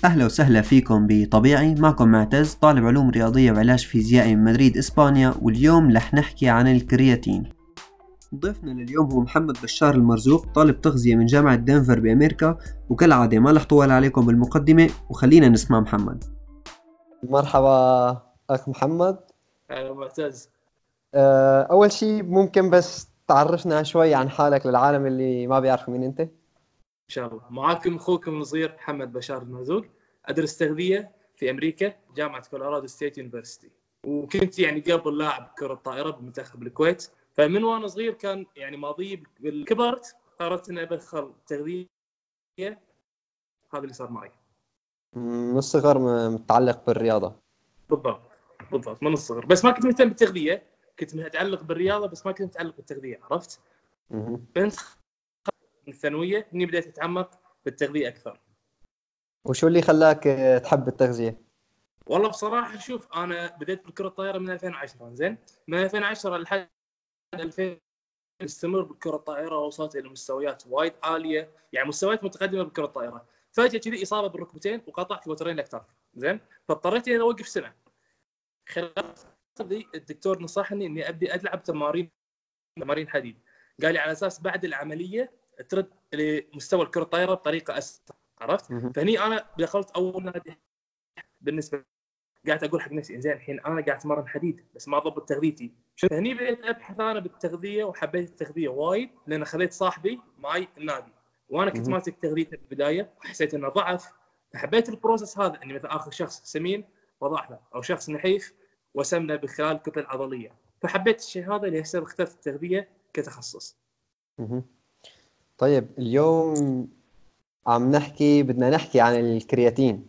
أهلا وسهلا فيكم بطبيعي. معكم معتز، طالب علوم رياضية وعلاج فيزيائي من مدريد إسبانيا، واليوم رح نحكي عن الكرياتين. ضيفنا لليوم هو محمد بشار المرزوق، طالب تغذية من جامعة دنفر بأمريكا. وكالعادة ما رح طول عليكم بالمقدمة وخلينا نسمع محمد. مرحبا أخ محمد. أهلا معتز. أول شيء ممكن بس تعرفنا شوي عن حالك للعالم اللي ما بيعرفوا مين أنت؟ إن شاء الله. معاكم أخوكم الصغير محمد بشار المرزوق، أدرس تغذية في أمريكا جامعة كولورادو ستيت يونيفرسيتي، وكنت قبل لاعب كرة طائرة بمنتخب الكويت. فمن وأنا صغير كان ماضي كبرت قررت إني أدخل تغذية. هذا اللي صار معي من الصغر متعلق بالرياضة. بالضبط من الصغر، بس ما كنت مهتم بالتغذية، كنت متعلق بالرياضة بس ما كنت متعلق بالتغذية، عرفت؟ من الثانوية إني بديت أتعمق بالتغذية أكثر. وشو اللي خلاك تحب التغذية؟ والله بصراحة شوف، أنا بديت بالكرة الطائرة من 2010، زين؟ من 2010 لحد 2000 استمر بالكرة الطائرة، وصلت إلى مستويات وايد عالية، مستويات متقدمة بالكرة الطائرة. فجأة كذي إصابة بالركبتين وقطعت وترين الأكتاف، زين؟ فاضطريت إني أوقف سنة. خلال ذي الدكتور نصحني إني أبدي ألعب تمارين حديد، قال لي على أساس بعد العملية ترد لمستوى الكرة الطائرة بطريقة أسرع، عرفت؟ فهني أنا دخلت أول نادي بالنسبة، قاعد اقول حق نفسي زين الحين انا قاعد اتمرن حديد بس ما ضبط تغذيتي. هني بديت ابحث انا بالتغذيه، وحبيت التغذيه وايد لان خليت صاحبي معي النادي، وانا كنت ماسك تغذيته بالبدايه وحسيت انه ضعف. فحبيت البروسس هذا، اني مثلا اخذ شخص سمين وضعفه، او شخص نحيف وسمنه بخلال الكتله العضليه. فحبيت الشيء هذا، لهسه اخترت التغذيه كتخصص. طيب اليوم بدنا نحكي عن الكرياتين.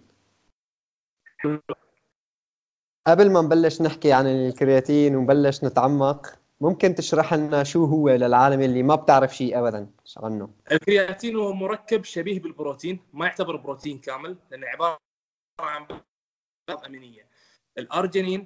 قبل ما نبلش نحكي عن الكرياتين ونبلش نتعمق، ممكن تشرح لنا شو هو للعالم اللي ما بتعرف شيء أبداً عنه؟ الكرياتين هو مركب شبيه بالبروتين، ما يعتبر بروتين كامل لأنه عبارة عن أمينية، الأرجينين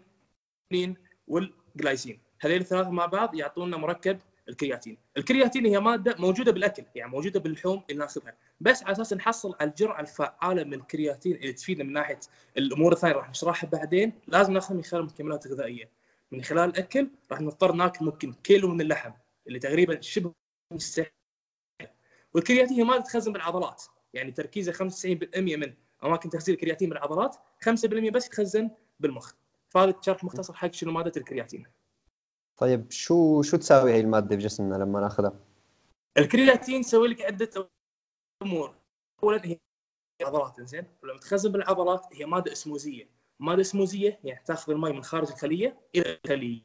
والجلايسين، هذول الثلاثة مع بعض يعطونا مركب الكرياتين. الكرياتين هي مادة موجودة بالأكل، موجودة باللحوم اللي ناخذها، بس على أساس نحصل على الجرعة الفعالة من الكرياتين اللي تفيدنا من ناحية الأمور الثانية راح نشرحها بعدين، لازم ناخذ من خلال المكملات الغذائية. من خلال الأكل راح نضطر ناكل ممكن كيلو من اللحم اللي تقريبا شبه مستحيل. والكرياتين هي مادة تخزن بالعضلات، تركيزه 95% من أماكن تخزين الكرياتين بالعضلات، 5% بس يتخزن بالمخ. فهذا شرح مختصر حق شنو مادة الكرياتين. طيب شو تساوي هاي المادة بجسمنا لما ناخذها؟ الكرياتين تسوي لك عدة أمور. أولا هي عضلات، زين؟ ولما تخزن بالعضلات هي مادة اسموزية. مادة اسموزية تاخذ الماء من خارج الخلية إلى الخلية.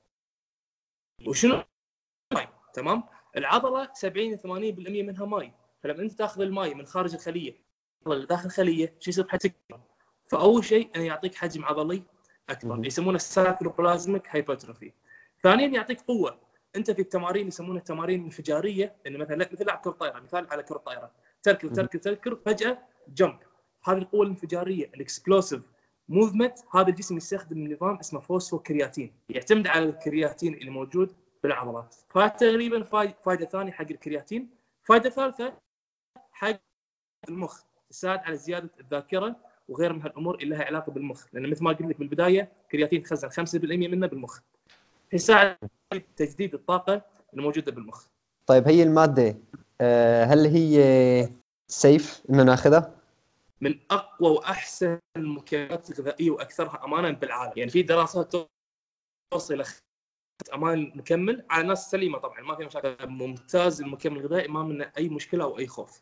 وشنو ماء؟ تمام؟ العضلة 70-80% منها ماء، فلما أنت تاخذ الماء من خارج الخلية داخل الخلية شو يصير بحجم؟ فأول شيء أنه يعطيك حجم عضلي أكبر، يسمونه السايكلوبلازميك هايبرتروفي. ثانيا يعطيك قوة. أنت في التمارين يسمونها التمارين انفجارية، إنه مثلا لعب كرة طائرة، مثال على كرة طائرة، تركل فجأة جمب، هذه القوة الانفجارية الاكسبلوسيف موفمنت. هذا الجسم يستخدم نظام اسمه فوسفوكرياتين، يعتمد على الكرياتين اللي موجود بالعضلات. فتقريبا فائدة ثانية حق الكرياتين. فائدة ثالثة حق المخ، تساعد على زيادة الذاكرة وغير من هالامور اللي لها علاقه بالمخ، لان مثل ما قلت لك بالبدايه كرياتين تخزن 5% منه بالمخ، يساعد تجديد الطاقه الموجوده بالمخ. طيب هي الماده هل هي سيف انه ناخذها؟ من اقوى واحسن المكملات الغذائيه واكثرها امانا بالعالم. في دراسات توصل الى امان مكمل على ناس سليمه، طبعا ما في مشاكل، ممتاز المكمل الغذائي، ما منه اي مشكله او اي خوف.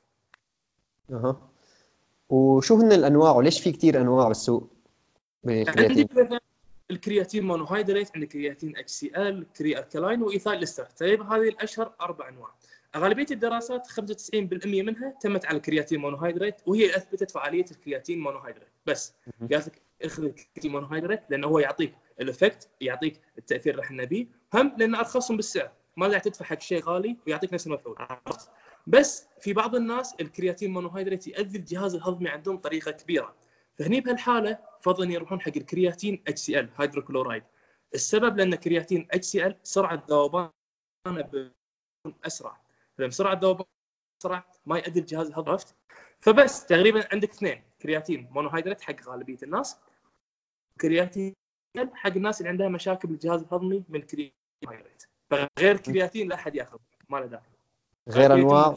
وشو هن الانواع وليش في كتير انواع بالسوق بالكرياتين؟ عندي الكرياتين مونوهيدريت، عندك كرياتين HCl، كري الكلاين، وايثايل استر. طيب هذه الاشهر 4 انواع. اغلبيه الدراسات 95% منها تمت على الكرياتين مونوهيدريت، وهي اثبتت فعاليه الكرياتين مونوهيدريت. بس قالت لك اخذ الكرياتين مونوهيدريت لانه هو يعطيك الافكت، يعطيك التاثير اللي احنا نبيه، هم لان ارخصهم بالسعر، ما قاعد تدفع حق شيء غالي ويعطيك نفس المفعول. بس في بعض الناس الكرياتين مونوهيدريت يؤذي الجهاز الهضمي عندهم بطريقه كبيره، فهني بهالحاله فضلا يروحون حق الكرياتين HCl هيدروكلورايد. السبب لان الكرياتين HCl سرعه ذوبانه اسرع، فلما سرعه ذوبانه اسرع ما يؤدي الجهاز الهضمي. فبس تقريبا عندك اثنين، كرياتين مونوهيدرات حق غالبيه الناس، كرياتين حق الناس اللي عندها مشاكل بالجهاز الهضمي من كرياتين. فغير كرياتين لا احد ياخذ، ما له داعي. غير انواع.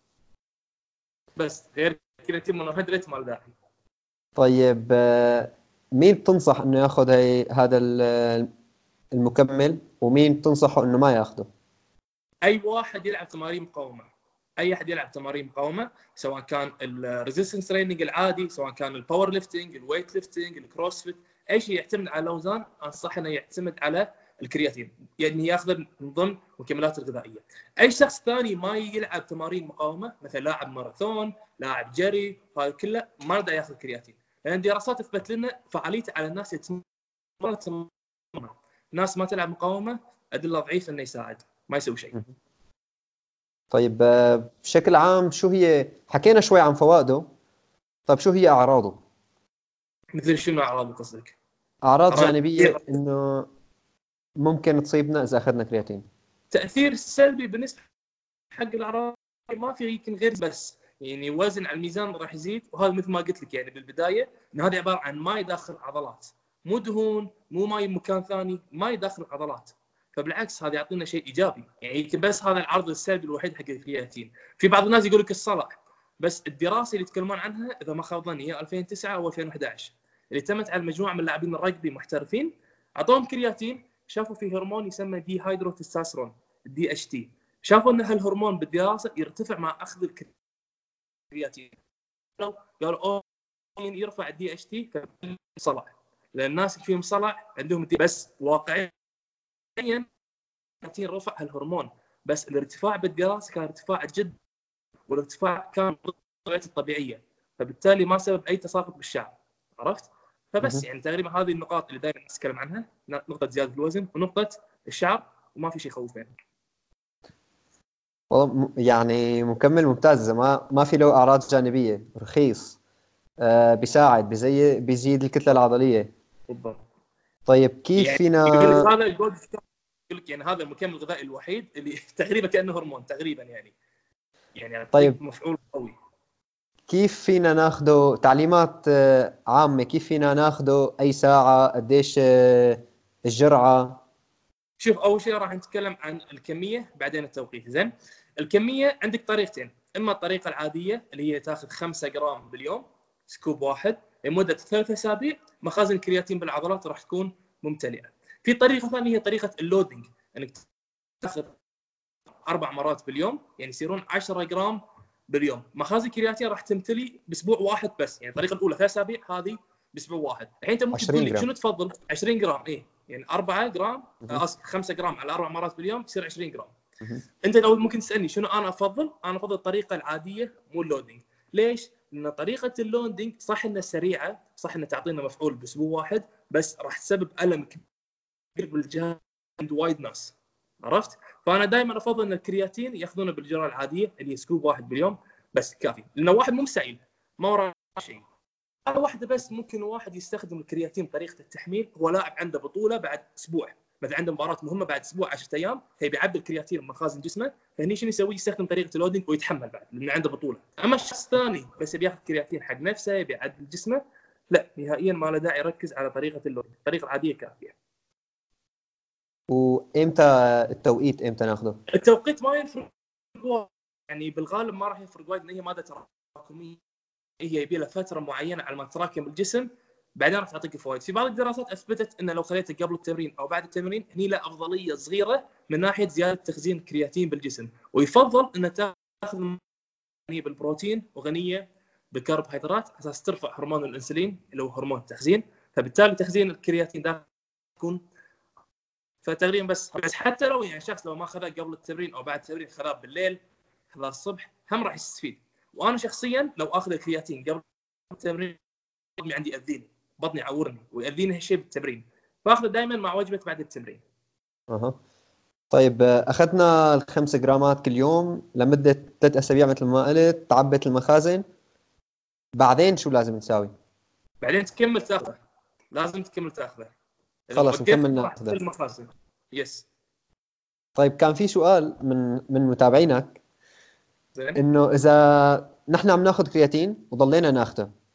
بس غير كرياتين مونوهيدرات ما له داعي. طيب مين تنصح انه ياخذ هذا المكمل، ومين تنصحه انه ما ياخذه؟ اي واحد يلعب تمارين مقاومه، اي احد يلعب تمارين مقاومه، سواء كان الريزيستنس تريننج العادي، سواء كان الباور ليفتنج، الويت ليفتنج، الكروسفيت، اي شيء يعتمد على الاوزان انصح انه يعتمد على الكرياتين، يعني ياخذه من ضمن المكملات الغذائيه. اي شخص ثاني ما يلعب تمارين مقاومه، مثلا لاعب ماراثون، لاعب جري، هذا كله ما يقدر ياخذ كرياتين، لان دراسات اثبت لنا فعاليته على الناس يتمرن. ناس ما تلعب مقاومه ادله ضعيفه انه يساعد، ما يسوي شيء. طيب بشكل عام شو هي، حكينا شوي عن فوائده، طيب شو هي اعراضه؟ مثل شنو اعراض قصدك؟ اعراض جانبيه انه ممكن تصيبنا اذا اخذنا كرياتين. تاثير السلبي بالنسبه حق الاعراض ما في يمكن غير بس يعني وزن على الميزان راح يزيد، وهذا مثل ما قلت لك يعني بالبدايه ان هذه عباره عن ماء داخل عضلات، مو دهون، مو ماء مكان ثاني، ماء داخل العضلات. فبالعكس هذا يعطينا شيء ايجابي، يعني يمكن بس هذا العرض السلبي الوحيد حق الكرياتين. في بعض الناس يقول لك الصلع، بس الدراسه اللي يتكلمون عنها اذا ما خاب ظني هي 2009 او 2011 اللي تمت على مجموعه من لاعبين الرجبي محترفين، اعطوهم كرياتين، شافوا فيه هرمون يسمى دي هيدروتستوستيرون، الدي اتش تي. شافوا ان هالهرمون بالدراسه يرتفع مع اخذ الكرياتين. قالوا يرفع الدي اتش تي فصلع، لان الناس اللي فيهم صلع عندهم دي، بس واقعيا الكرياتين رفع هالهرمون، بس الارتفاع بالدراسه كان ارتفاع جدا، والارتفاع كان بطريقته الطبيعيه، فبالتالي ما سبب اي تساقط بالشعر. عرفت؟ فبس يعني تقريبا هذه النقاط اللي دائما نتكلم عنها، نقطه زياده الوزن ونقطه الشعر، وما في شيء يخوف يعني. والله يعني مكمل ممتاز، ما في له اعراض جانبيه، رخيص، بيساعد بيزيد الكتله العضليه. بالضبط. طيب كيف يعني فينا هذا يقول لك يعني هذا المكمل الغذائي الوحيد اللي تقريبا كانه هرمون تقريبا يعني طيب مفعول قوي. كيف فينا ناخده تعليمات عامه، كيف فينا ناخده، اي ساعه، قديش الجرعه؟ شوف اول شيء راح نتكلم عن الكميه بعدين التوقيت. زين، الكميه عندك طريقتين، اما الطريقه العاديه اللي هي تاخذ 5 جرام باليوم سكوب واحد لمده 3 اسابيع، مخازن الكرياتين بالعضلات راح تكون ممتلئه. في طريقه ثانيه هي طريقه اللودنج، انك تاخذ 4 مرات باليوم، يعني يصيرون 10 جرام باليوم. مخازن الكرياتين راح تمتلي باسبوع واحد بس، يعني الطريقه الاولى 3 اسابيع، هذه باسبوع واحد. الحين انت ممكن تقول لي شنو تفضل؟ 20 جرام، يعني 4 جرام 5 جرام على 4 مرات باليوم يصير 20 جرام. انت لو ممكن تسالني شنو انا افضل الطريقه العاديه مو اللودنج. ليش؟ لان طريقه اللودنج صح انها سريعه، صح انها تعطينا مفعول باسبوع واحد، بس راح تسبب الم كبير بالجهاز عند وايد ناس. عرفت؟ فانا دائما افضل ان الكرياتين ياخذونه بالجرعه العاديه اللي هي سكوب واحد باليوم بس كافي، لانه واحد مو مستعجل ما وراه شيء. هذا واحده بس. ممكن واحد يستخدم الكرياتين طريقه التحميل، هو لاعب عنده بطوله بعد اسبوع، مثلا عنده مباراه مهمه بعد اسبوع 10 ايام، فيبي يعبي الكرياتين من مخازن جسمه، فهني شنو يسوي؟ يستخدم طريقه اللودنج ويتحمل بعد لانه عنده بطوله. اما الشخص الثاني بس يبي ياخذ كرياتين حق نفسه، يبي يعدل جسمه، لا نهائيا ما له داعي يركز على طريقه اللودنج، الطريقه العاديه كافيه. وامتى التوقيت، امتى ناخده؟ التوقيت ما يفرق يعني بالغالب ما راح يفرق وايد، لان هي ماده تراكميه، هي يبي لها فتره معينه على ما تراكم الجسم، بعدين راح تعطيك الفوائد. في بعض الدراسات اثبتت ان لو خليته قبل التمرين او بعد التمرين هني له افضليه صغيره من ناحيه زياده تخزين الكرياتين بالجسم، ويفضل ان تاخذ غنيه بالبروتين وغنيه بالكربوهيدرات على اساس ترفع هرمون الانسولين اللي هو هرمون التخزين، فبالتالي تخزين الكرياتين داخل يكون فتقريبا بس حتى لو يعني شخص لو ما اخذه قبل التمرين او بعد التمرين، خذاه بالليل خذاه الصبح، هم راح يستفيد. وانا شخصيا لو اخذ الكرياتين قبل التمرين عندي ياذيني، بطني يعورني وياذيني هالشيء بالتمرين، فاخذه دائما مع وجبه بعد التمرين. طيب اخذنا ال5 جرامات كل يوم لمده 3 اسابيع مثل ما قلت، تعبت المخازن، بعدين شو لازم نساوي؟ بعدين تكمل تاخذه، لازم تكمل تاخذه، خلاص نكمل ناخذه المخازن. يس. طيب كان في سؤال من متابعينك، انه اذا نحن عم ناخذ كرياتين وضلينا ناخذه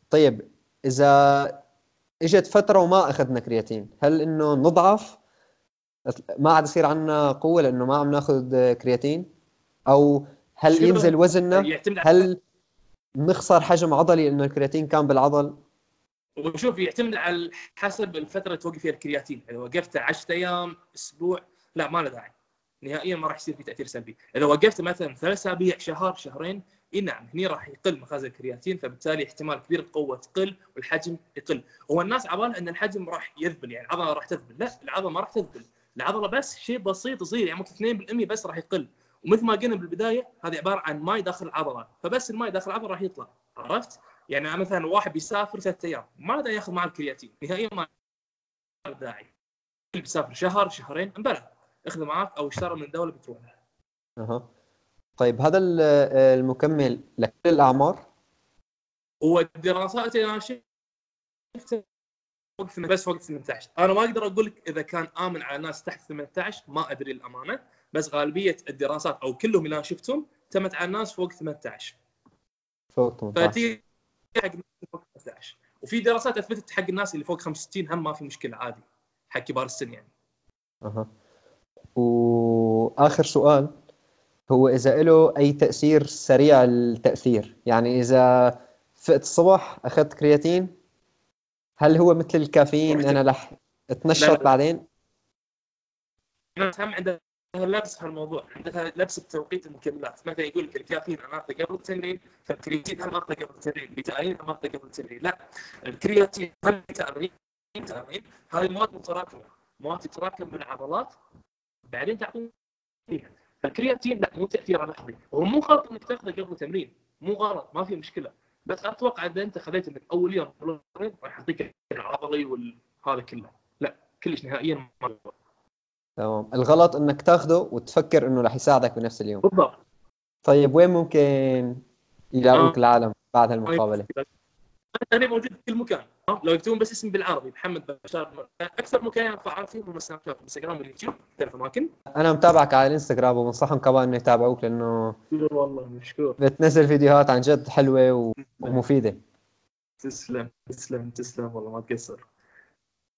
طيب اذا اجت فتره وما اخذنا كرياتين، هل انه نضعف، ما عاد يصير عندنا قوه لانه ما عم ناخذ كرياتين، او هل شوف، ينزل وزننا، يعتمد على هل نخسر حجم عضلي لانه الكرياتين كان بالعضل؟ وشوف يعتمد على حسب الفتره اللي توقف فيها الكرياتين. اذا وقفته 10 ايام اسبوع لا ما له داعي نهائيا، ما راح يصير في تاثير سلبي. اذا وقفته مثلا 3 اسابيع، شهر، شهرين، اي نعم هني راح يقل مخازن الكرياتين، فبالتالي احتمال كبير القوه تقل والحجم يقل. هو الناس عبالها ان الحجم راح يذبل، يعني العضله راح تذبل. لا، العضله ما راح تذبل، العضله بس شيء بسيط يصير، يعني ممكن 2% بس راح يقل. ومثل ما قلنا بالبدايه هذه عباره عن ماء داخل العضله، فبس الماء داخل العضله راح يطلع. عرفت؟ يعني مثلا واحد بيسافر 3 ايام ما له داعي ياخذ معه الكرياتين نهائيا، ما له داعي. اللي بيسافر شهر شهرين بلى اخذه معك او اشترى من الدوله بتروح. اها. طيب هذا المكمل لكل الاعمار؟ هو الدراسات اللي انا شفتها بس فوق 18. انا ما اقدر اقول لك اذا كان امن على ناس تحت 18، ما ادري الامانه، بس غالبيه الدراسات او كلهم اللي انا شفتهم تمت على الناس فوق 18. فوق 18. فتي حق الناس فوق 18، وفي دراسات اثبتت حق الناس اللي فوق 65 هم ما في مشكله عادي، حق كبار السن يعني. اها. واخر سؤال، هو اذا له اي تاثير سريع التاثير، يعني اذا فقت الصبح اخذت كرياتين، هل هو مثل الكافيين انا رح لا اتنشط لا، بعدين؟ الناس هم عندها لبس في الموضوع، عندها لبس بتوقيت المكملات. مثلا يقول لك الكافيين انا اخذه قبل التمرين، فالكرياتين هم اخذه قبل التمرين، الفيتامين هم اخذه قبل التمرين. لا، الكرياتين والفيتامين هذه مواد متراكمه، مواد تتراكم بالعضلات بعدين تعطيك فيها. فالكرياتين لا، مو تاثيره لحظي. هو مو غلط انك تاخذه قبل التمرين، مو غلط، ما في مشكله، بس اتوقع اذا انت خذيت انك اول يوم راح يعطيك العضلي وهذا كله، لا كلش نهائيا ما. تمام. الغلط انك تاخده وتفكر انه رح يساعدك بنفس اليوم. بالضبط. طيب وين ممكن يلاقوك العالم بعد هالمقابلة؟ انا موجود في كل مكان. لو يكتبون بس اسمي بالعربي محمد بشار، اكثر مكان ارفع فيهم هم سناب شات، انستغرام، واليوتيوب، ثلاث اماكن. انا متابعك على الانستغرام وبنصحهم كمان انه يتابعوك لانه والله مشكور. بتنزل فيديوهات عن جد حلوة ومفيدة. تسلم تسلم تسلم والله ما تقصر.